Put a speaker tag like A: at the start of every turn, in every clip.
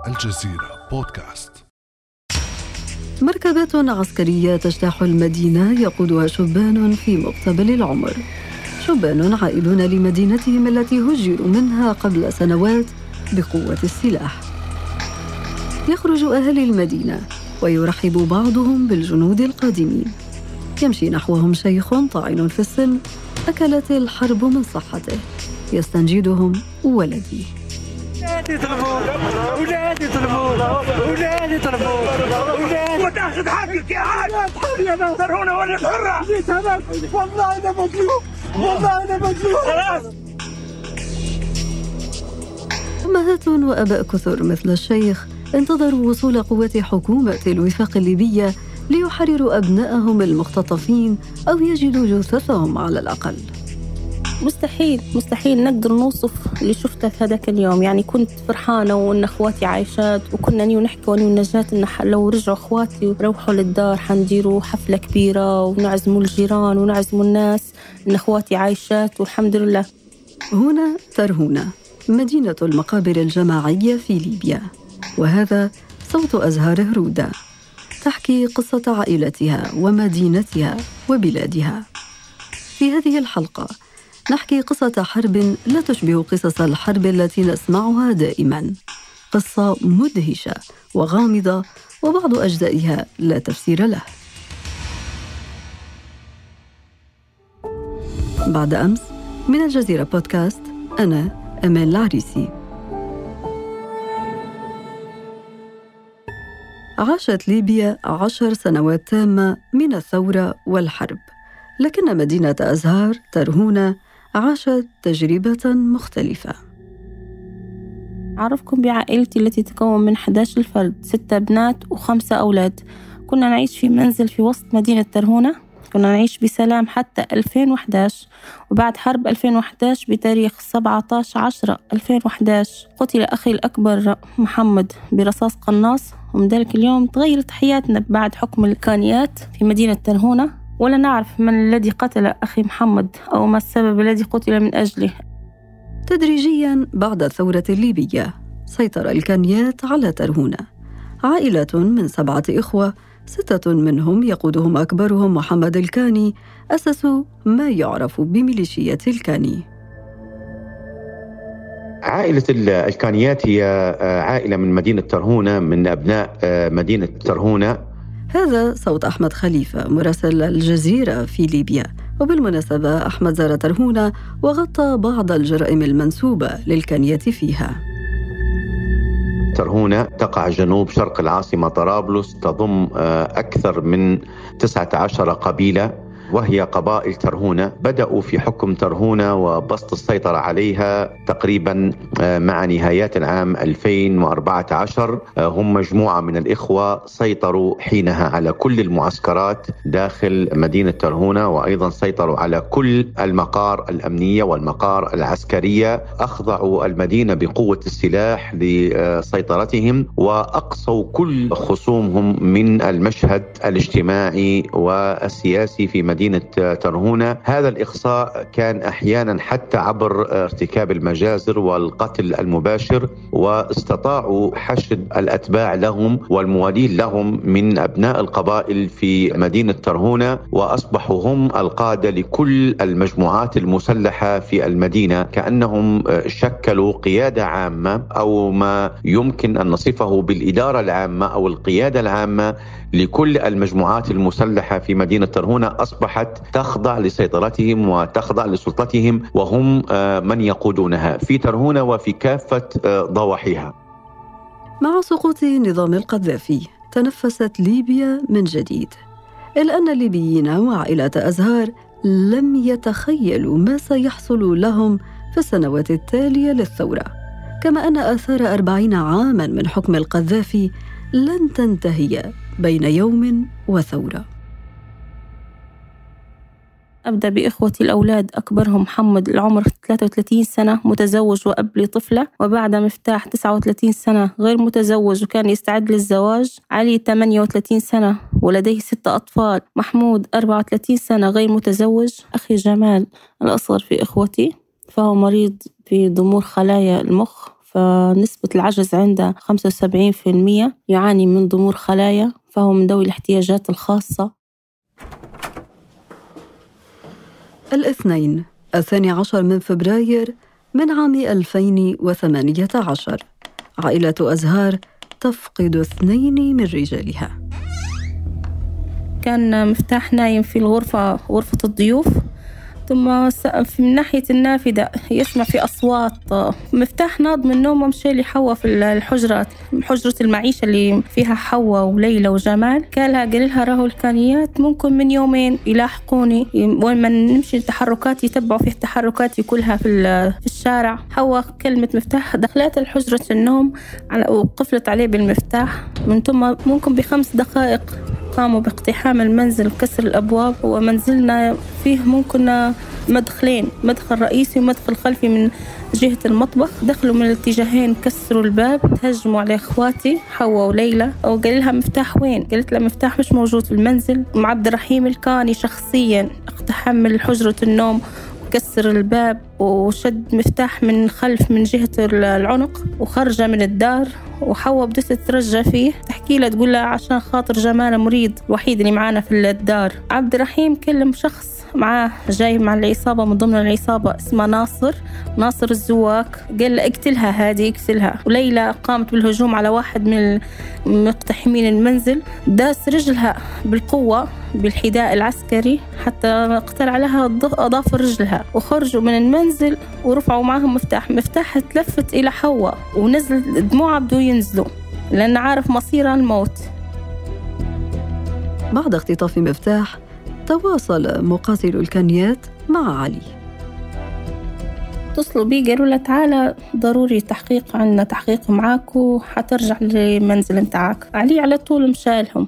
A: الجزيرة بودكاست.
B: مركبات عسكرية تجتاح المدينة يقودها شبان في مقتبل العمر، شبان عائدون لمدينتهم التي هجروا منها قبل سنوات بقوة السلاح. يخرج أهالي المدينة ويرحب بعضهم بالجنود القادمين. يمشي نحوهم شيخ طاعن في السن، أكلت الحرب من صحته، يستنجدهم: ولدي.
C: ولادي يطلبون، ولادي يطلبون، ولادي يطلبون، ولادي. وتاخذ حقك يا عاد، ترهونه ولا الحرة. والله أنا مظلوم، والله أنا مظلوم. خلاص.
B: أمهات وأباء كثر مثل الشيخ انتظروا وصول قوات حكومة الوفاق الليبية ليحرروا أبنائهم المختطفين أو يجدوا جثثهم على الأقل.
D: مستحيل نقدر نوصف اللي شفته في هذاك اليوم. يعني كنت فرحانة وإن أخواتي عايشات، وكنا نحكي ونجاة إن لو رجعوا أخواتي وروحوا للدار حنديروا حفلة كبيرة ونعزموا الجيران ونعزموا الناس إن أخواتي عايشات والحمد لله.
B: هنا ترهونة، مدينة المقابر الجماعية في ليبيا، وهذا صوت أزهار هرودة تحكي قصة عائلتها ومدينتها وبلادها. في هذه الحلقة نحكي قصة حرب لا تشبه قصص الحرب التي نسمعها دائما، قصة مدهشة وغامضة وبعض أجزائها لا تفسير له. بعد أمس من الجزيرة بودكاست، أنا أمال العريسي. عاشت ليبيا 10 سنوات تامة من الثورة والحرب، لكن مدينة أزهار ترهونة عاشت تجربة مختلفة.
D: أعرفكم بعائلتي التي تتكون من 11 فرد، 6 بنات و5 أولاد. كنا نعيش في منزل في وسط مدينة ترهونة، كنا نعيش بسلام حتى 2011. وبعد حرب 2011 بتاريخ 17/10/2011 قتل أخي الأكبر محمد برصاص قناص، ومن ذلك اليوم تغيرت حياتنا بعد حكم الكانيات في مدينة ترهونة. ولا نعرف من الذي قتل أخي محمد أو ما السبب الذي قتل من أجله.
B: تدريجياً بعد الثورة الليبية سيطر الكانيات على ترهونة. عائلة من 7 إخوة، 6 منهم يقودهم أكبرهم محمد الكاني، أسسوا ما يعرف بميليشية الكاني.
E: عائلة الكانيات هي عائلة من مدينة ترهونة، من أبناء مدينة ترهونة.
B: هذا صوت أحمد خليفة مراسل الجزيرة في ليبيا. وبالمناسبة أحمد زار ترهونة وغطى بعض الجرائم المنسوبة للكانية فيها.
E: ترهونة تقع جنوب شرق العاصمة طرابلس، تضم أكثر من 19 قبيلة، وهي قبائل ترهونة بدأوا في حكم ترهونة وبسط السيطرة عليها تقريبا مع نهايات العام 2014. هم مجموعة من الإخوة سيطروا حينها على كل المعسكرات داخل مدينة ترهونة، وأيضا سيطروا على كل المقار الأمنية والمقار العسكرية. أخضعوا المدينة بقوة السلاح لسيطرتهم، وأقصوا كل خصومهم من المشهد الاجتماعي والسياسي في مدينة ترهونة. هذا الإقصاء كان أحيانا حتى عبر ارتكاب المجازر والقتل المباشر، واستطاعوا حشد الأتباع لهم والموالين لهم من أبناء القبائل في مدينة ترهونة، وأصبحوا هم القادة لكل المجموعات المسلحة في المدينة، كأنهم شكلوا قيادة عامة أو ما يمكن أن نصفه بالإدارة العامة أو القيادة العامة لكل المجموعات المسلحة في مدينة ترهونة. أصبحت تخضع لسيطرتهم وتخضع لسلطتهم، وهم من يقودونها في ترهونة وفي كافة ضواحيها.
B: مع سقوط نظام القذافي تنفست ليبيا من جديد، إلا أن الليبيين وعائلة أزهار لم يتخيلوا ما سيحصل لهم في السنوات التالية للثورة، كما أن آثار 40 عاماً من حكم القذافي لن تنتهي بين يوم وثورة.
D: أبدأ بإخوتي الأولاد. أكبرهم محمد العمر 33 سنة، متزوج وأب لطفلة، وبعد مفتاح 39 سنة غير متزوج وكان يستعد للزواج. علي 38 سنة ولديه 6 أطفال. محمود 34 سنة غير متزوج. أخي جمال الأصغر في إخوتي فهو مريض في ضمور خلايا المخ، فنسبة العجز عنده 75%، يعاني من ضمور خلايا، فهو من ذوي الاحتياجات الخاصة.
B: الاثنين 12 من فبراير من عام 2018 عائلة أزهار تفقد 2 من رجالها.
D: كان مفتاح نايم في الغرفة، غرفة الضيوف، ثم من ناحية النافذة يسمع في أصوات. مفتاح ناض من نومه مشى لحواء في الحجرة، حجرة المعيشة اللي فيها حواء وليلى وجمال. قال لها راهو الكانيات ممكن من 2 يوم يلاحقوني، وين ما نمشي التحركات يتبعوا في تحركاتي كلها في الشارع. حواء كلمة مفتاح، دخلت الحجرة النوم وقفلت عليه بالمفتاح. من ثم ممكن ب5 دقائق قاموا باقتحام المنزل وكسر الأبواب. ومنزلنا فيه ممكن مدخلين، مدخل رئيسي ومدخل خلفي من جهة المطبخ. دخلوا من الاتجاهين، كسروا الباب، تهجموا على إخواتي حواء وليلى. وقال لها مفتاح وين؟ قالت له مفتاح مش موجود في المنزل. مع عبد الرحيم الكاني شخصيا اقتحم من حجرة النوم، كسر الباب وشد مفتاح من خلف من جهة العنق وخرج من الدار. وحواء بدت ترجع فيه، تحكي له تقول له عشان خاطر جمال مريض الوحيد اللي معانا في الدار. عبد الرحيم كلم شخص معاه جاي مع العصابة، من ضمن العصابة اسمه ناصر الزواك، قال له اقتلها، هذه اقتلها. وليلى قامت بالهجوم على واحد من مقتحمين المنزل، داس رجلها بالقوة بالحذاء العسكري حتى اقتلع لها أظافر رجلها. وخرجوا من المنزل ورفعوا معهم مفتاح تلفت إلى حواء، ونزل دموعها بدو ينزلوا لأن عارف مصيرها الموت.
B: بعد اختطاف مفتاح تواصل مقاتل الكانيات مع علي.
D: اتصلوا بي قالوا له تعالى ضروري تحقيق، عنا تحقيق معاك وحترجع للمنزل متاعك. علي على طول مشالهم.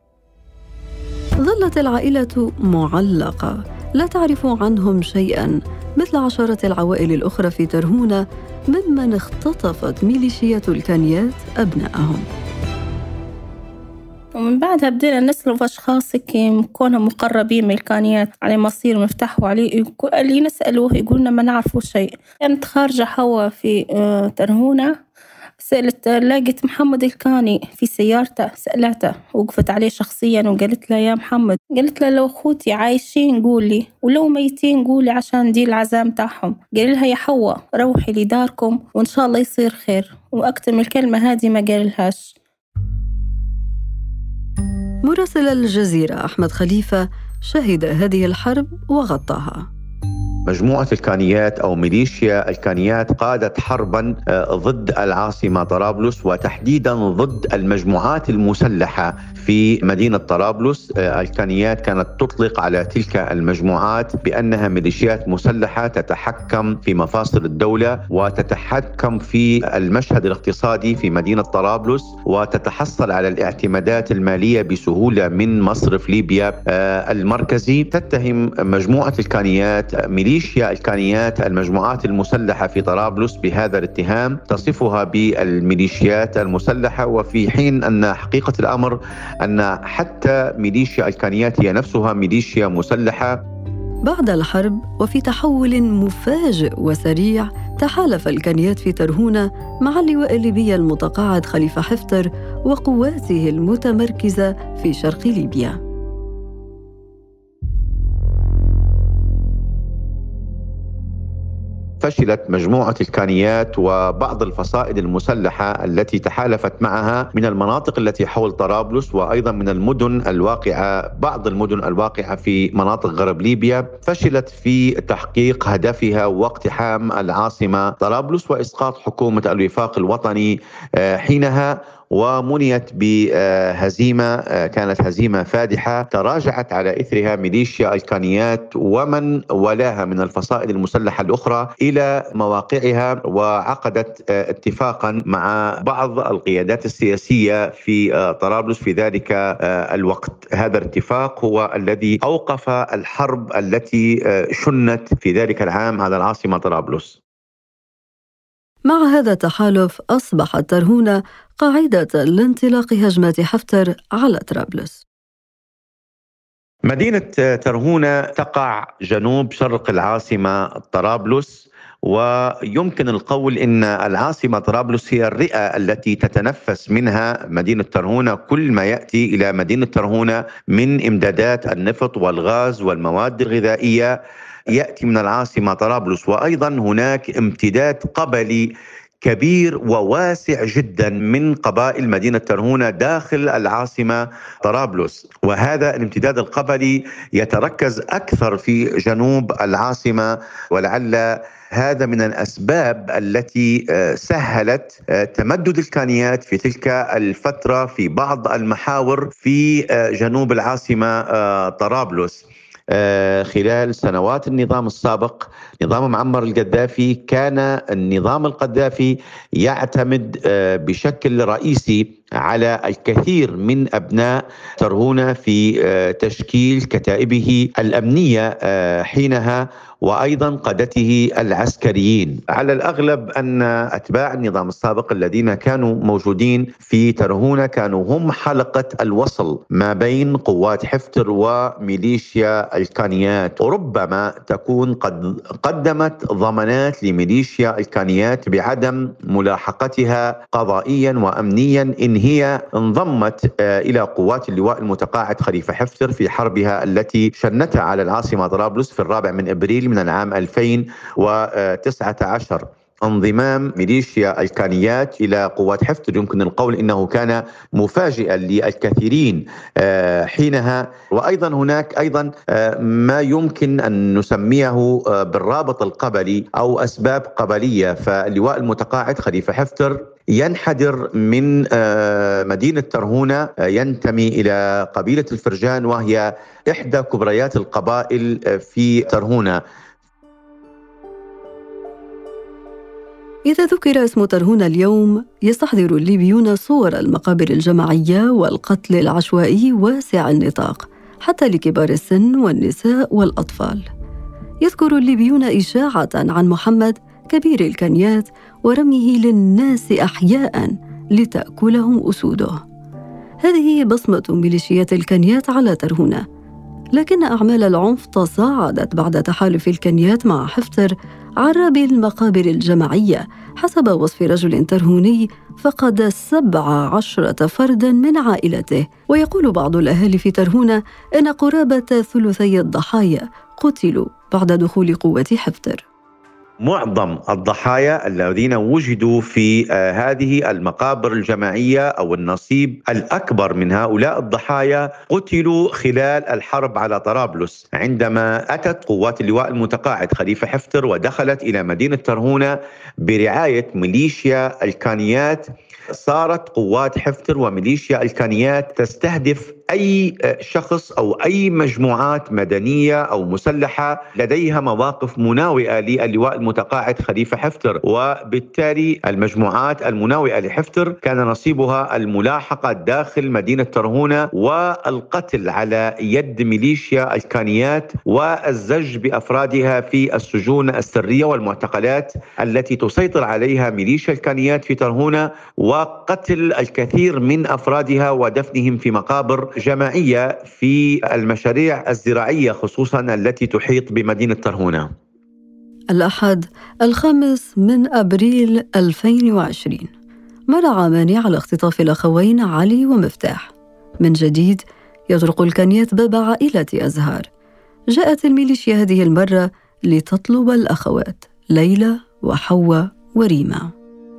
B: ظلت العائلة معلقة لا تعرف عنهم شيئا، مثل عشرات العوائل الأخرى في ترهونة ممن اختطفت ميليشية الكانيات أبنائهم.
D: ومن بعدها بدينا نسلف أشخاص كونهم مقربين من الكانيات على مصير مفتاح وعلي، اللي نسألوه يقولنا ما نعرفوا شيء. كانت خارجة حواء في ترهونة، سألت لقيت محمد الكاني في سيارته، سألته وقفت عليه شخصيا وقالت له يا محمد، قالت له لو أخوتي عايشين قولي ولو ميتين قولي عشان دي العزام تاعهم. قال لها يا حواء روحي لداركم وإن شاء الله يصير خير، وأكتر من الكلمة هذه ما قاللهاش.
B: مراسل الجزيرة أحمد خليفة شهد هذه الحرب وغطاها.
E: مجموعة الكانيات أو ميليشيا الكانيات قادت حربا ضد العاصمة طرابلس، وتحديدا ضد المجموعات المسلحة في مدينة طرابلس. الكانيات كانت تطلق على تلك المجموعات بأنها ميليشيات مسلحة تتحكم في مفاصل الدولة وتتحكم في المشهد الاقتصادي في مدينة طرابلس، وتتحصل على الاعتمادات المالية بسهولة من مصرف ليبيا المركزي. تتهم مجموعة الكانيات ميليشيا الكانيات المجموعات المسلحة في طرابلس بهذا الاتهام، تصفها بالميليشيات المسلحة، وفي حين أن حقيقة الأمر أن حتى ميليشيا الكانيات هي نفسها ميليشيا مسلحة.
B: بعد الحرب وفي تحول مفاجئ وسريع، تحالف الكانيات في ترهونة مع اللواء الليبي المتقاعد خليفة حفتر وقواته المتمركزة في شرق ليبيا.
E: فشلت مجموعة الكانيات وبعض الفصائل المسلحة التي تحالفت معها من المناطق التي حول طرابلس، وأيضا من المدن الواقعة، بعض المدن الواقعة في مناطق غرب ليبيا، فشلت في تحقيق هدفها واقتحام العاصمة طرابلس وإسقاط حكومة الوفاق الوطني حينها، ومنيت بهزيمة كانت هزيمة فادحة. تراجعت على إثرها ميليشيا الكانيات ومن ولاها من الفصائل المسلحة الأخرى إلى مواقعها، وعقدت اتفاقا مع بعض القيادات السياسية في طرابلس في ذلك الوقت. هذا الاتفاق هو الذي أوقف الحرب التي شنت في ذلك العام على العاصمة طرابلس.
B: مع هذا التحالف أصبحت ترهونة قاعدة لانطلاق هجمات حفتر على طرابلس.
E: مدينة ترهونة تقع جنوب شرق العاصمة طرابلس، ويمكن القول إن العاصمة طرابلس هي الرئة التي تتنفس منها مدينة ترهونة. كل ما يأتي إلى مدينة ترهونة من إمدادات النفط والغاز والمواد الغذائية يأتي من العاصمة طرابلس. وأيضا هناك امتداد قبلي كبير وواسع جدا من قبائل مدينة ترهونة داخل العاصمة طرابلس، وهذا الامتداد القبلي يتركز أكثر في جنوب العاصمة، ولعل هذا من الأسباب التي سهلت تمدد الكانيات في تلك الفترة في بعض المحاور في جنوب العاصمة طرابلس. خلال سنوات النظام السابق نظام معمر القذافي كان النظام القذافي يعتمد بشكل رئيسي على الكثير من أبناء ترهونة في تشكيل كتائبه الأمنية حينها، وأيضا قادته العسكريين. على الأغلب أن أتباع النظام السابق الذين كانوا موجودين في ترهونة كانوا هم حلقة الوصل ما بين قوات حفتر وميليشيا الكانيات، وربما تكون قد قدمت ضمانات لميليشيا الكانيات بعدم ملاحقتها قضائيا وأمنيا إن هي انضمت إلى قوات اللواء المتقاعد خليفة حفتر في حربها التي شنتها على العاصمة طرابلس في 4 أبريل من العام 2019. انضمام ميليشيا الكانيات إلى قوات حفتر يمكن القول إنه كان مفاجئا للكثيرين حينها. وأيضا هناك أيضا ما يمكن أن نسميه بالرابط القبلي أو أسباب قبلية. فاللواء المتقاعد خليفة حفتر ينحدر من مدينة ترهونة، ينتمي إلى قبيلة الفرجان وهي إحدى كبريات القبائل في ترهونة.
B: إذا ذكر اسم ترهونة اليوم يستحضر الليبيون صور المقابر الجماعية والقتل العشوائي واسع النطاق حتى لكبار السن والنساء والأطفال. يذكر الليبيون إشاعة عن محمد كبير الكنيات ورميه للناس أحياء لتأكلهم أسوده. هذه بصمة ميليشيات الكنيات على ترهونة، لكن أعمال العنف تصاعدت بعد تحالف الكنيات مع حفتر عرى بالمقابر الجماعية. حسب وصف رجل ترهوني فقد 17 فردا من عائلته. ويقول بعض الأهالي في ترهونة إن قرابة ثلثي الضحايا قتلوا بعد دخول قوة حفتر.
E: معظم الضحايا الذين وجدوا في هذه المقابر الجماعية أو النصيب الأكبر من هؤلاء الضحايا قتلوا خلال الحرب على طرابلس، عندما أتت قوات اللواء المتقاعد خليفة حفتر ودخلت إلى مدينة ترهونة برعاية ميليشيا الكانيات. صارت قوات حفتر وميليشيا الكانيات تستهدف أي شخص أو أي مجموعات مدنية أو مسلحة لديها مواقف مناوئة للواء المتقاعد خليفة حفتر، وبالتالي المجموعات المناوئة لحفتر كان نصيبها الملاحقة داخل مدينة ترهونة والقتل على يد ميليشيا الكانيات والزج بأفرادها في السجون السرية والمعتقلات التي تسيطر عليها ميليشيا الكانيات في ترهونة، وقتل الكثير من أفرادها ودفنهم في مقابر جماعية في المشاريع الزراعية خصوصا التي تحيط بمدينة ترهونة.
B: الأحد 5 أبريل 2020 مر عامان على اختطاف الأخوين علي ومفتاح. من جديد يطرق الكنيات باب عائلة أزهار. جاءت الميليشيا هذه المرة لتطلب الأخوات ليلى وحواء وريما.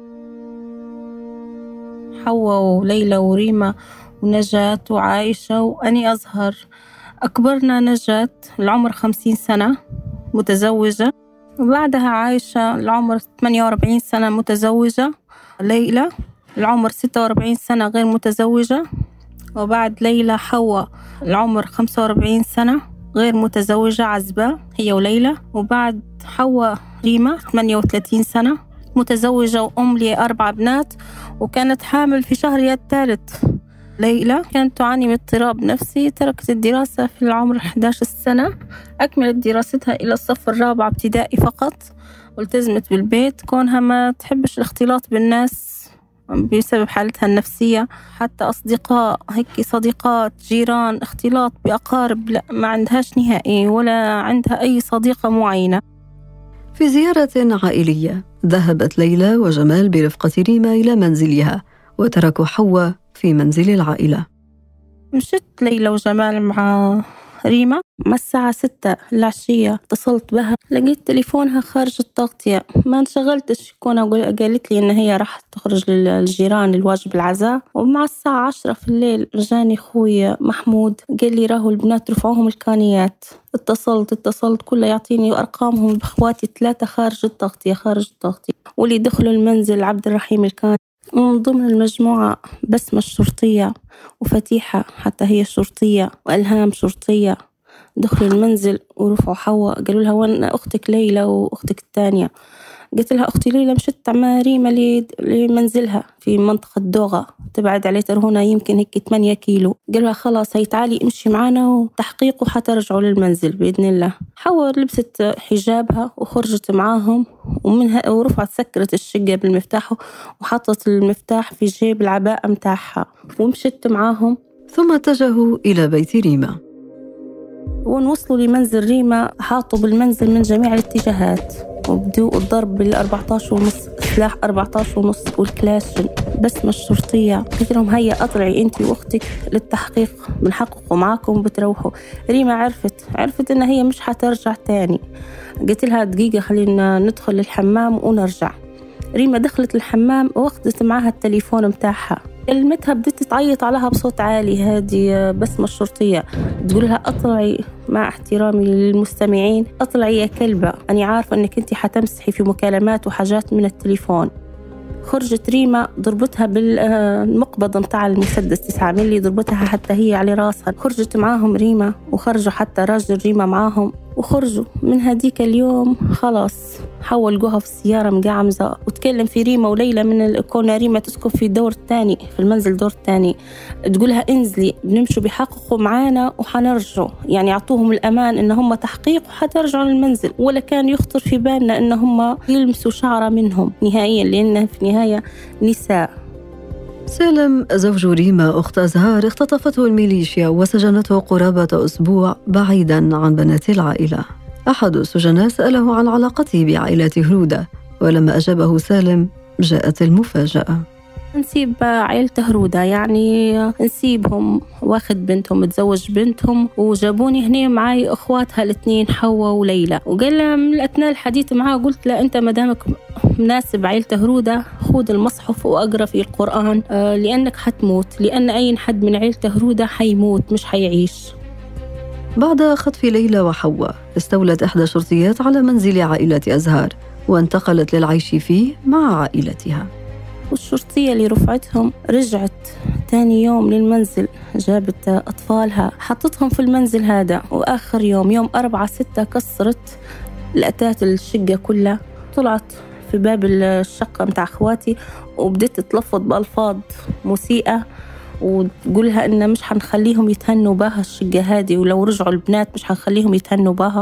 D: حواء وليلى وريما ونجاة وعائشة وأني أزهر. أكبرنا نجاة العمر 50 سنة متزوجة، وبعدها عائشة العمر 48 سنة متزوجة، ليلى العمر 46 سنة غير متزوجة، وبعد ليلى حواء العمر 45 سنة غير متزوجة عزبة هي وليلى، وبعد حواء ريما 38 سنة متزوجة وأم ل4 بنات، وكانت حامل في شهرها الثالث. ليلى كانت تعاني من اضطراب نفسي، تركت الدراسة في العمر 11 سنة، أكملت دراستها إلى الصف الرابع ابتدائي فقط، والتزمت بالبيت كونها ما تحبش الاختلاط بالناس بسبب حالتها النفسية. حتى أصدقاء هيك صديقات جيران اختلاط بأقارب لا ما عندهاش نهائي، ولا عندها أي صديقة معينة.
B: في زيارة عائلية ذهبت ليلى وجمال برفقة ريما إلى منزلها، وتركوا حواء في منزل العائلة.
D: مشت ليلى وجمال مع ريما مع الساعة 6 العشية. اتصلت بها لقيت تليفونها خارج التغطية، ما انشغلتش. قالت لي إن هي راح تخرج للجيران الواجب العزاء. ومع الساعة 10 في الليل جاني خوي محمود قال لي راهو البنات رفعوهم الكانيات. اتصلت كله يعطيني أرقامهم بأخواتي 3 خارج التغطية. واللي دخلوا المنزل عبد الرحيم الكاني، ومن ضمن المجموعة بسمة الشرطية وفتيحة حتى هي شرطية وألهام شرطية. دخلوا المنزل ورفعوا حواء. قالوا لها وين أختك ليلى وأختك الثانية؟ قلت لها أختي ليلى مشت مع ريما لمنزلها في منطقة دوغة تبعد عليه ترهونة يمكن هيك 8 كيلو. قالوا لها خلاص هي تعالي امشي معنا وتحقيق وحترجعوا للمنزل بإذن الله. حواء لبست حجابها وخرجت معاهم، ومنها ورفعت سكرت الشقة بالمفتاح وحطت المفتاح في جيب العباءة متاعها ومشت معاهم.
B: ثم اتجهوا إلى بيت ريما.
D: ونوصلوا لمنزل ريما حاطوا بالمنزل من جميع الاتجاهات، وبدوا الضرب بال14.5 سلاح 14.5 والكلاشن. بسمة الشرطية قلت لهم هيا أطلعي أنت وأختك للتحقيق، بنحققوا معاكم وبتروحوا. ريما عرفت إن هي مش حترجع تاني. قلت لها دقيقة خلينا ندخل الحمام ونرجع. ريما دخلت الحمام واخدت معها التليفون متاعها. كلمتها بدت تعيط عليها بصوت عالي. هذه بسمة الشرطية تقول لها أطلعي، مع احترامي للمستمعين، أطلعي يا كلبة، أنا عارفة أنك أنت حتمسحي في مكالمات وحاجات من التليفون. خرجت ريما ضربتها بالمقبض متاع المسدس 9 ملي، ضربتها حتى هي على راسها. خرجت معاهم ريما وخرجوا حتى راجل ريما معاهم وخرجوا من هديك اليوم. خلاص حاول لقوها في السيارة مقعمزة. وتكلم في ريما وليلى من كون ريما تسكن في الدور الثاني في المنزل دور الثاني، تقولها انزلي بنمشوا بيحققوا معانا وحنرجعوا، يعني يعطوهم الأمان إن هم تحقيق وحترجعوا للمنزل. ولا كان يخطر في بالنا إن هم يلمسوا شعرة منهم نهائيا، لأنها في النهاية نساء.
B: سالم زوج ريما أخت أزهار اختطفته الميليشيا وسجنته قرابة أسبوع بعيداً عن بنات العائلة. أحد السجناء سأله عن علاقته بعائلة هرودة، ولما أجابه سالم جاءت المفاجأة.
D: نسيب عائلة هرودة، يعني نسيبهم، واخد بنتهم، متزوج بنتهم، وجابوني هنا معاي أخواتها الاثنين حواء وليلى. وقال لها من أثناء الحديث معها قلت لا أنت مدامك مناسب عائلة هرودة خذ المصحف وأقرأ في القرآن، لأنك حتموت، لأن أي حد من عائلة هرودة حيموت مش حيعيش.
B: بعد خطف ليلى وحواء استولت إحدى الشرطيات على منزل عائلة أزهار وانتقلت للعيش فيه مع عائلتها.
D: والشرطية اللي رفعتهم رجعت تاني يوم للمنزل، جابت أطفالها حطتهم في المنزل هذا. وآخر يوم 4/6 كسرت الأتات الشقة كلها، طلعت في باب الشقة متاع أخواتي وبدت تتلفظ بألفاظ مسيئة وتقولها إن مش حنخليهم يتهنوا بها الشقة هذه، ولو رجعوا البنات مش حنخليهم يتهنوا بها.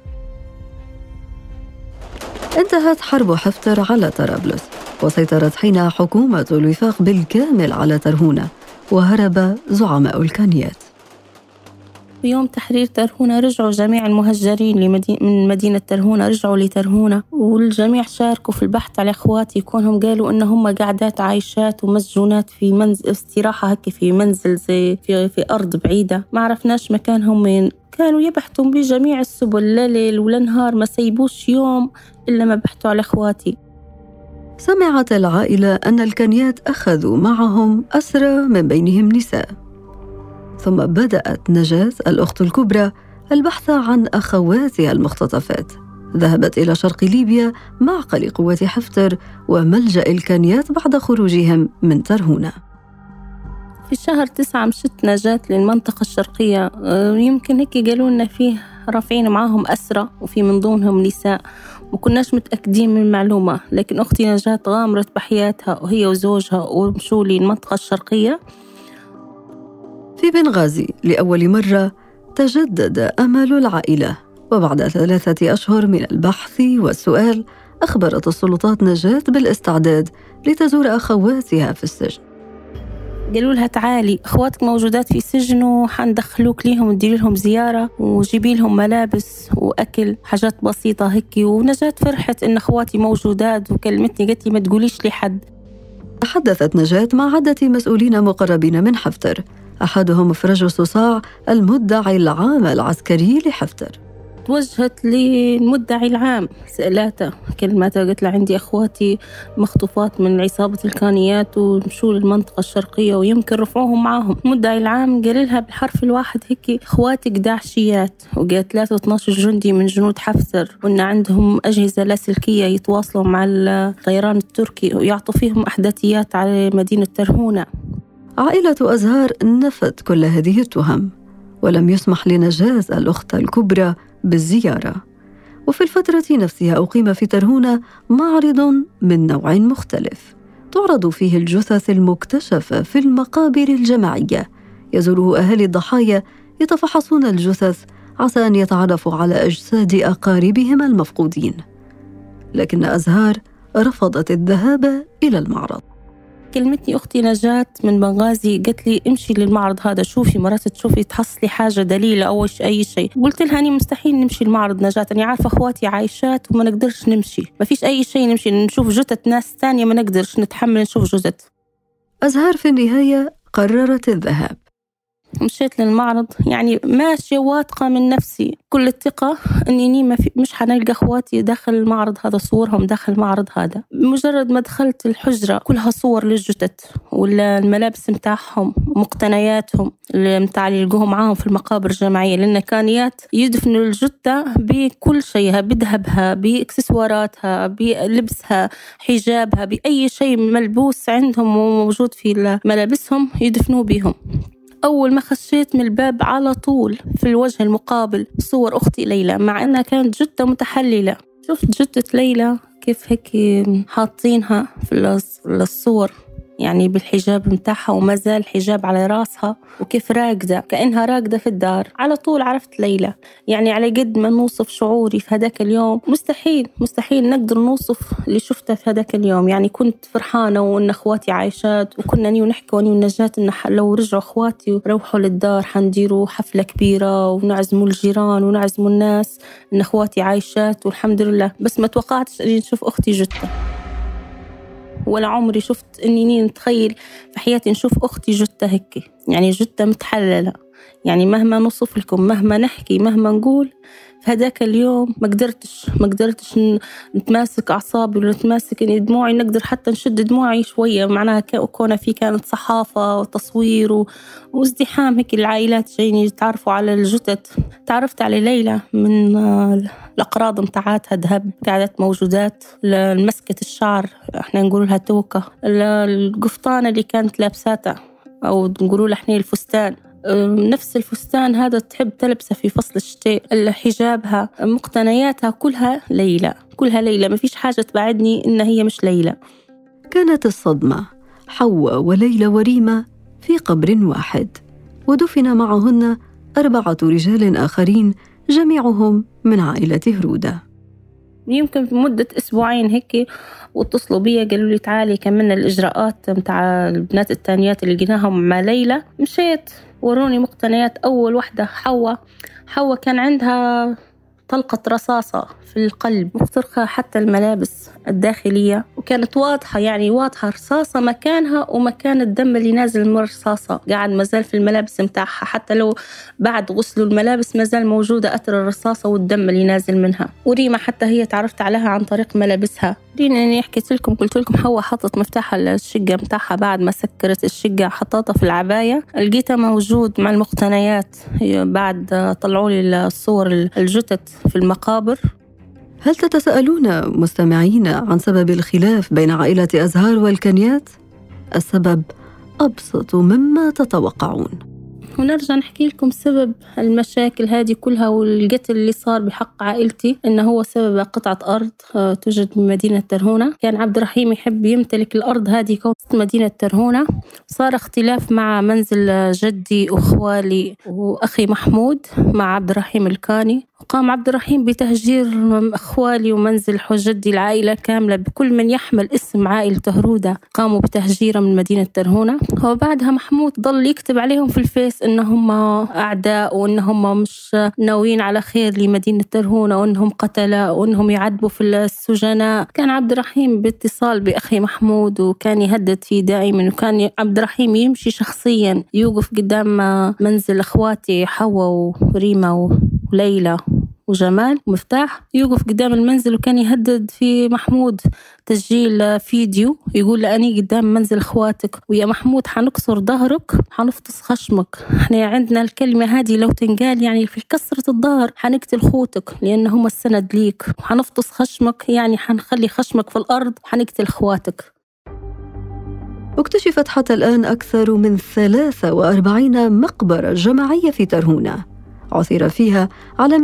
B: انتهت حرب حفتر على طرابلس، وسيطرت حين حكومة الوفاق بالكامل على ترهونة، وهرب زعماء الكانيات.
D: في يوم تحرير ترهونة رجعوا جميع المهجرين من مدينة ترهونة، رجعوا لترهونة، والجميع شاركوا في البحث على أخواتي. كونهم قالوا إنهم قاعدات عايشات ومسجونات في منزل استراحة هكي في منزل زي في أرض بعيدة، ما عرفناش مكانهم وين. كانوا يبحثوا بجميع السبل، لا ليل ولا نهار، ما سيبوش يوم إلا ما بحثوا على أخواتي.
B: سمعت العائلة أن الكانيات أخذوا معهم أسرى من بينهم نساء، ثم بدأت نجاة الأخت الكبرى البحث عن أخواتها المختطفات. ذهبت إلى شرق ليبيا معقل قوة حفتر وملجأ الكانيات بعد خروجهم من ترهونة.
D: في شهر 9 مشت نجاة للمنطقة الشرقية، يمكن هيك قالوا لنا فيه رافعين معاهم أسرى وفي من ضمنهم نساء، وكناش متأكدين من المعلومة. لكن أختي نجاة غامرت بحياتها وهي وزوجها ومشوا للمنطقة الشرقية.
B: في بنغازي لأول مرة تجدد أمل العائلة، وبعد 3 أشهر من البحث والسؤال أخبرت السلطات نجاة بالاستعداد لتزور أخواتها في السجن.
D: قالوا لها تعالي اخواتك موجودات في سجن وحندخلوك ليهم وندير لهم زيارة وجيبي لهم ملابس واكل، حاجات بسيطة هيك. ونجاة فرحت ان اخواتي موجودات وكلمتني قالت لي ما تقوليش لحد.
B: تحدثت نجاة مع عدة مسؤولين مقربين من حفتر، أحدهم فرج صصاع المدعي العام العسكري لحفتر.
D: توجهت للمدعي العام، سألاته كلمات، قلت له عندي أخواتي مخطوفات من عصابة الكانيات ومشوا للمنطقة الشرقية ويمكن رفعوهم معهم. المدعي العام قال لها بالحرف الواحد هيك أخواتك داعشيات، وقالت 13 جندي من جنود حفتر، وإن عندهم أجهزة لاسلكية يتواصلوا مع الطيران التركي ويعطوا فيهم أحداثيات على مدينة ترهونة.
B: عائلة أزهار نفت كل هذه التهم، ولم يسمح لنجاة الأخت الكبرى بالزيارة. وفي الفترة نفسها أقيم في ترهونة معرض من نوع مختلف، تعرض فيه الجثث المكتشفة في المقابر الجماعية، يزوره أهالي الضحايا يتفحصون الجثث عسى أن يتعرفوا على أجساد أقاربهم المفقودين. لكن أزهار رفضت الذهاب إلى المعرض.
D: كلمتني أختي نجاة من بنغازي، قالت لي امشي للمعرض هذا، شوفي مرات تشوفي تحصلي حاجة دليل أو أي شيء. قلت لها أني مستحيل نمشي المعرض نجاة، أني عارفة أخواتي عايشات وما نقدرش نمشي، ما فيش أي شيء نمشي نشوف جثث ناس تانية، ما نقدرش نتحمل نشوف جثث.
B: أزهار في النهاية قررت الذهاب.
D: مشيت للمعرض يعني ماشية واثقة من نفسي كل الثقة أني مش حنلقى أخواتي داخل المعرض هذا، صورهم داخل المعرض هذا. مجرد ما دخلت الحجرة كلها صور للجثث والملابس متاعهم ومقتنياتهم متاع اللي يلقوهم معاهم في المقابر الجماعية، لأن كانيات يدفنوا الجثة بكل شيء، بذهبها، بإكسسواراتها، بلبسها، حجابها، بأي شيء ملبوس عندهم وموجود في ملابسهم يدفنوا بهم. أول ما خشيت من الباب على طول في الوجه المقابل صور أختي ليلى، مع أنها كانت جثة متحللة. شفت جثة ليلى كيف هيك حاطينها في الصور، يعني بالحجاب متاعها وما زال الحجاب على راسها، وكيف راقدة كأنها راقدة في الدار. على طول عرفت ليلى. يعني على قد ما نوصف شعوري في هذاك اليوم مستحيل نقدر نوصف اللي شفته في هذاك اليوم. يعني كنت فرحانة وإن أخواتي عايشات، وكنا نحكي ونجاة إن لو رجعوا أخواتي وروحوا للدار حنديروا حفلة كبيرة ونعزموا الجيران ونعزموا الناس إن أخواتي عايشات والحمد لله. بس ما توقعتش إني نشوف أختي جثة، ولا عمري شفت إني نتخيل في حياتي نشوف أختي جثة هيك، يعني جثة متحللة. يعني مهما نوصف لكم، مهما نحكي، مهما نقول، في هذاك اليوم ما قدرتش نتماسك أعصابي ولا نتماسك إني دموعي، نقدر حتى نشد دموعي شوية. معناها كونها في كانت صحافة وتصوير وازدحام هيك، العائلات جايين يتعرفوا على الجثث. تعرفت على ليلى من الأقراض متاعتها، ذهب قاعدات موجودات، المسكة الشعر احنا نقول لها توكة، القفطانة اللي كانت لابساتها أو نقولوا لها احنا الفستان، نفس الفستان هذا تحب تلبسه في فصل الشتاء، حجابها، مقتنياتها، كلها ليلى. ما فيش حاجة تبعدني إن هي مش ليلى.
B: كانت الصدمة حواء وليلى وريمة في قبر واحد، ودفن معهن 4 رجال آخرين جميعهم من عائلة هرودة.
D: يمكن في مدة أسبوعين هيك واتصلوا بي قالوا لي تعالي كملنا الإجراءات متاع البنات التانيات اللي لقيناهم مع ليلى. مشيت وروني مقتنيات. أول واحدة حواء كان عندها طلقة رصاصة في القلب مخترقة حتى الملابس الداخلية، وكانت واضحة رصاصة مكانها ومكان الدم اللي نازل من الرصاصة قاعد مازال في الملابس متاعها، حتى لو بعد غسلوا الملابس مازال موجودة أثر الرصاصة والدم اللي نازل منها. وريمة حتى هي تعرفت عليها عن طريق ملابسها. ريني حكيت لكم، قلت لكم حواء حطت مفتاح الشقة متاعها بعد ما سكرت الشقة، حطتها في العباية، لقيتها موجود مع المقتنيات. بعد طلعوا لي الصور الجثث في المقابر.
B: هل تتساءلون مستمعين عن سبب الخلاف بين عائلة أزهار والكانيات؟ السبب أبسط مما تتوقعون.
D: ونرجع نحكي لكم سبب المشاكل هذه كلها والقتل اللي صار بحق عائلتي، إنه هو سبب قطعة أرض توجد بمدينة ترهونة. كان عبد الرحيم يحب يمتلك الأرض هذه وسط مدينة ترهونة. صار اختلاف مع منزل جدي وأخوالي وأخي محمود مع عبد الرحيم الكاني، وقام عبد الرحيم بتهجير أخوالي ومنزل جدي العائلة كاملة بكل من يحمل اسم عائلة هرودة، قاموا بتهجيرهم من مدينة ترهونة. وبعدها محمود ضل يكتب عليهم في الفيس إنهم أعداء وإنهم مش ناويين على خير لمدينة ترهونة وإنهم قتلة وإنهم يعذبوا في السجناء. كان عبد الرحيم باتصال بأخي محمود وكان يهدد فيه دائما، وكان عبد الرحيم يمشي شخصيا يوقف قدام منزل أخواتي حواء وريما وليلى وجمال ومفتاح، يوقف قدام المنزل وكان يهدد في محمود تسجيل فيديو يقول لأني قدام منزل أخواتك ويا محمود حنكسر ظهرك حنفطس خشمك. احنا عندنا الكلمة هذه لو تنقال يعني في كسرة الظهر حنقتل خوتك لأنه هم السند ليك، وحنفطس خشمك يعني حنخلي خشمك في الأرض وحنقتل أخواتك.
B: اكتشفت حتى الآن أكثر من 43 مقبرة جماعية في ترهونة، عثر فيها على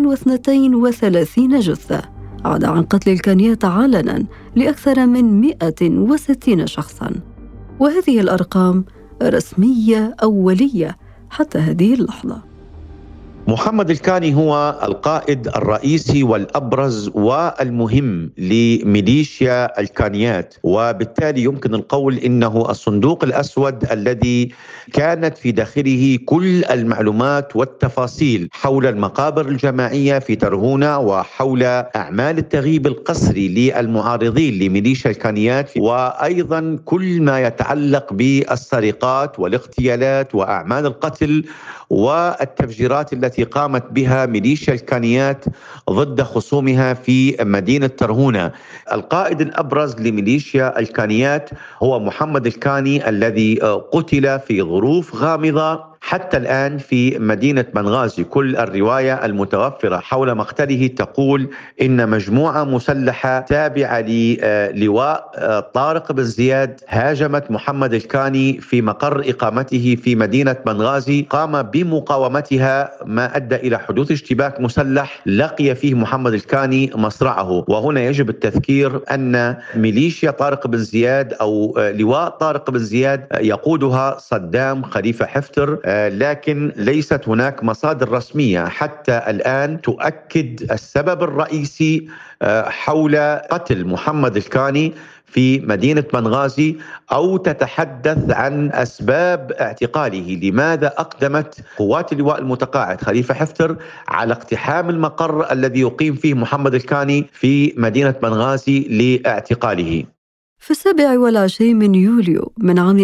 B: 232 جثة، عدا عن قتل الكانيات علناً لأكثر من 160 شخصاً. وهذه الأرقام رسمية أولية حتى هذه اللحظة.
E: محمد الكاني هو القائد الرئيسي والأبرز والمهم لميليشيا الكانيات، وبالتالي يمكن القول إنه الصندوق الأسود الذي كانت في داخله كل المعلومات والتفاصيل حول المقابر الجماعية في ترهونة وحول أعمال التغييب القسري للمعارضين لميليشيا الكانيات، وأيضا كل ما يتعلق بالسرقات والاغتيالات وأعمال القتل والتفجيرات التي قامت بها ميليشيا الكانيات ضد خصومها في مدينة ترهونة. القائد الأبرز لميليشيا الكانيات هو محمد الكاني الذي قتل في ظروف غامضة حتى الآن في مدينة بنغازي. كل الرواية المتوفرة حول مقتله تقول إن مجموعة مسلحة تابعة للواء طارق بن زياد هاجمت محمد الكاني في مقر إقامته في مدينة بنغازي، قام بمقاومتها ما أدى إلى حدوث اشتباك مسلح لقي فيه محمد الكاني مصرعه. وهنا يجب التذكير أن ميليشيا طارق بن زياد أو لواء طارق بن زياد يقودها صدام خليفة حفتر، لكن ليست هناك مصادر رسمية حتى الآن تؤكد السبب الرئيسي حول قتل محمد الكاني في مدينة بنغازي أو تتحدث عن أسباب اعتقاله. لماذا أقدمت قوات اللواء المتقاعد خليفة حفتر على اقتحام المقر الذي يقيم فيه محمد الكاني في مدينة بنغازي لاعتقاله؟
B: في 27 يوليو من عام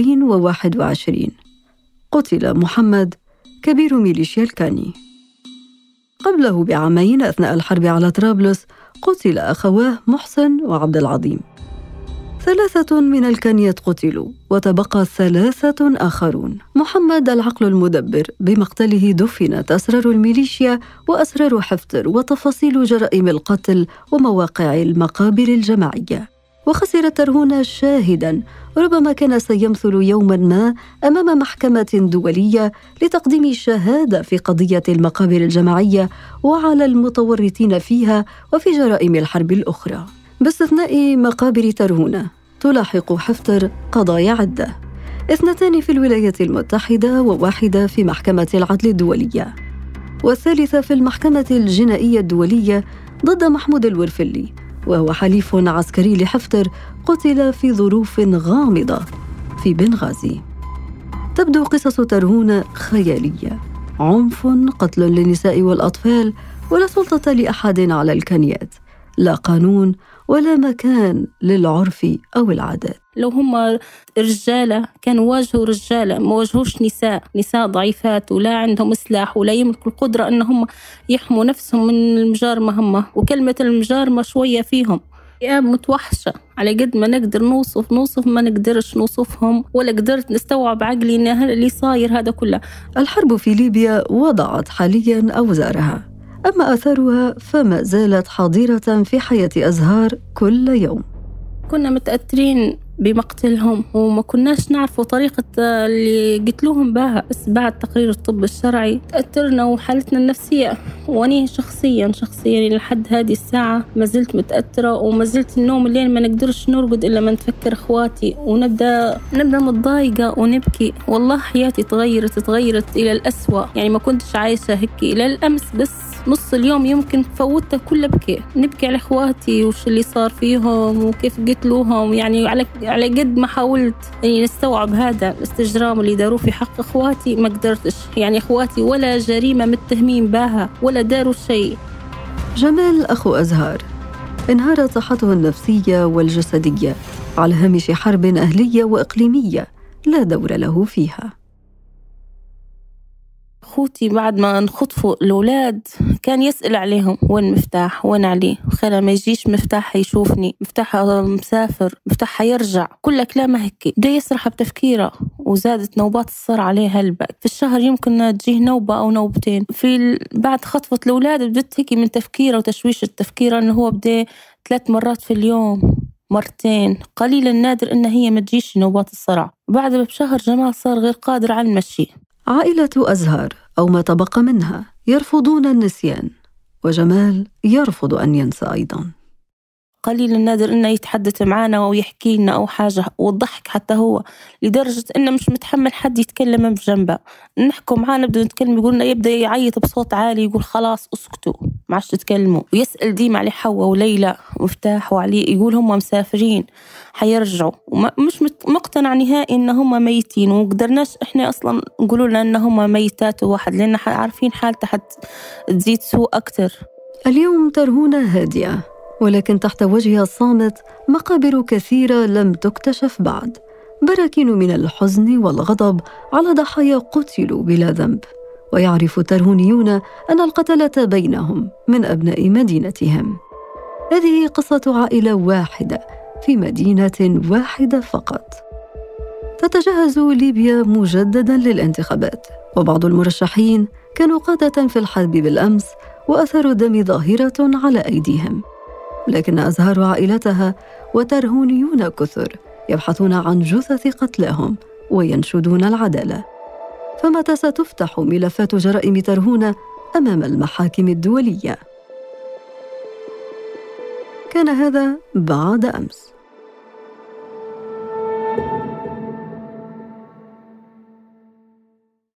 B: 2021 قتل محمد كبير ميليشيا الكاني. قبله بعامين أثناء الحرب على طرابلس قتل أخواه محسن وعبد العظيم. 3 من الكانيات قتلوا وتبقى 3 آخرون. محمد العقل المدبر بمقتله دفنت أسرار الميليشيا وأسرار حفتر وتفاصيل جرائم القتل ومواقع المقابر الجماعية. وخسرت ترهونة شاهداً ربما كان سيمثل يوماً ما أمام محكمة دولية لتقديم شهادة في قضية المقابر الجماعية وعلى المتورطين فيها وفي جرائم الحرب الأخرى. باستثناء مقابر ترهونة تلاحق حفتر قضايا عدة، 2 في الولايات المتحدة و1 في محكمة العدل الدولية، وال3 في المحكمة الجنائية الدولية ضد محمود الورفلي، وهو حليف عسكري لحفتر قتل في ظروف غامضة في بنغازي. تبدو قصص ترهونة خيالية، عنف، قتل للنساء والأطفال، ولا سلطة لأحد على الكانيات، لا قانون ولا مكان للعرف أو العادات.
D: لو هم رجالة كانوا واجهوا رجالة، ما واجهوش نساء ضعيفات ولا عندهم سلاح ولا يملكوا القدرة أنهم يحموا نفسهم من المجارمة هم. وكلمة المجارمة شوية فيهم متوحشة، على قد ما نقدر نوصف ما نقدرش نوصفهم ولا قدرت نستوعب عقلي إن اللي صاير هذا كله.
B: الحرب في ليبيا وضعت حاليا أوزارها، أما آثارها فما زالت حاضرة في حياة أزهار كل يوم.
D: كنا متأثرين بمقتلهم، وما كناش نعرفوا طريقة اللي قتلوهم بها. بس بعد تقرير الطب الشرعي تأثرنا وحالتنا النفسية، وأني شخصيا لحد هذه الساعة ما زلت متأثرة، وما زلت النوم الليل ما نقدرش نرقد إلا ما نتفكر إخواتي، ونبدأ متضايقة ونبكي. والله حياتي تغيرت إلى الأسوأ. يعني ما كنتش عايشة هيك إلى الأمس، بس نص اليوم يمكن فوتته كله نبكي على إخواتي وش اللي صار فيهم وكيف قتلوهم. يعني على قد ما حاولت إني نستوعب هذا الاستجرام اللي داروا في حق إخواتي ما قدرتش. يعني إخواتي ولا جريمة متهمين بها ولا داروا شيء.
B: جمال أخو أزهار انهارت صحته النفسية والجسدية على هامش حرب أهلية وإقليمية لا دور له فيها.
D: أخوتي بعد ما انخطفوا الأولاد كان يسأل عليهم وين مفتاح، وين عليه، خلا ما يجيش مفتاح يشوفني، مفتاح مسافر، مفتاح يرجع، كل كلامه هيك. بدا يسرح بتفكيره، وزادت نوبات الصرع عليه هلبة. في الشهر يمكن تجيه نوبة أو نوبتين. بعد خطفة الأولاد بدت هيك من تفكيره وتشويش التفكير أنه هو بدا 3 مرات في اليوم، مرتين، قليل النادر إن هي ما تجيش نوبات الصرع. بعد بشهر جمال صار غير قادر على المشي.
B: عائلة أزهار أو ما تبقى منها يرفضون النسيان، وجمال يرفض أن ينسى أيضاً.
D: قليل النادر إنه يتحدث معنا أو يحكي لنا أو حاجة، والضحك حتى هو، لدرجة إنه مش متحمل حد يتكلم بجنبه. نحكوا معاه نبدأ نتكلم، يقولنا يبدأ يعيط بصوت عالي، يقول خلاص اسكتوا ما عادش تتكلموا. ويسأل ديما علي حوا وليلى مفتاح وعلي، يقول هم مسافرين حيرجعوا، ومش مقتنع نهائي إن هم ميتين. وقدرناش إحنا أصلا نقولوا لنا إن هم ميتات واحد، لأن عارفين حالته تزيد سوء أكتر.
B: اليوم ترهونة هادئة، ولكن تحت وجهها الصامت مقابر كثيرة لم تكتشف بعد، براكين من الحزن والغضب على ضحايا قتلوا بلا ذنب. ويعرف الترهونيون أن القتلة بينهم من أبناء مدينتهم. هذه قصة عائلة واحدة في مدينة واحدة فقط. تتجهز ليبيا مجددا للانتخابات، وبعض المرشحين كانوا قادة في الحرب بالأمس، وأثر الدم ظاهرة على أيديهم. لكن أزهار عائلتها وترهونيون كثر يبحثون عن جثث قتلاهم وينشدون العدالة. فمتى ستفتح ملفات جرائم ترهونة أمام المحاكم الدولية؟ كان هذا بعد أمس.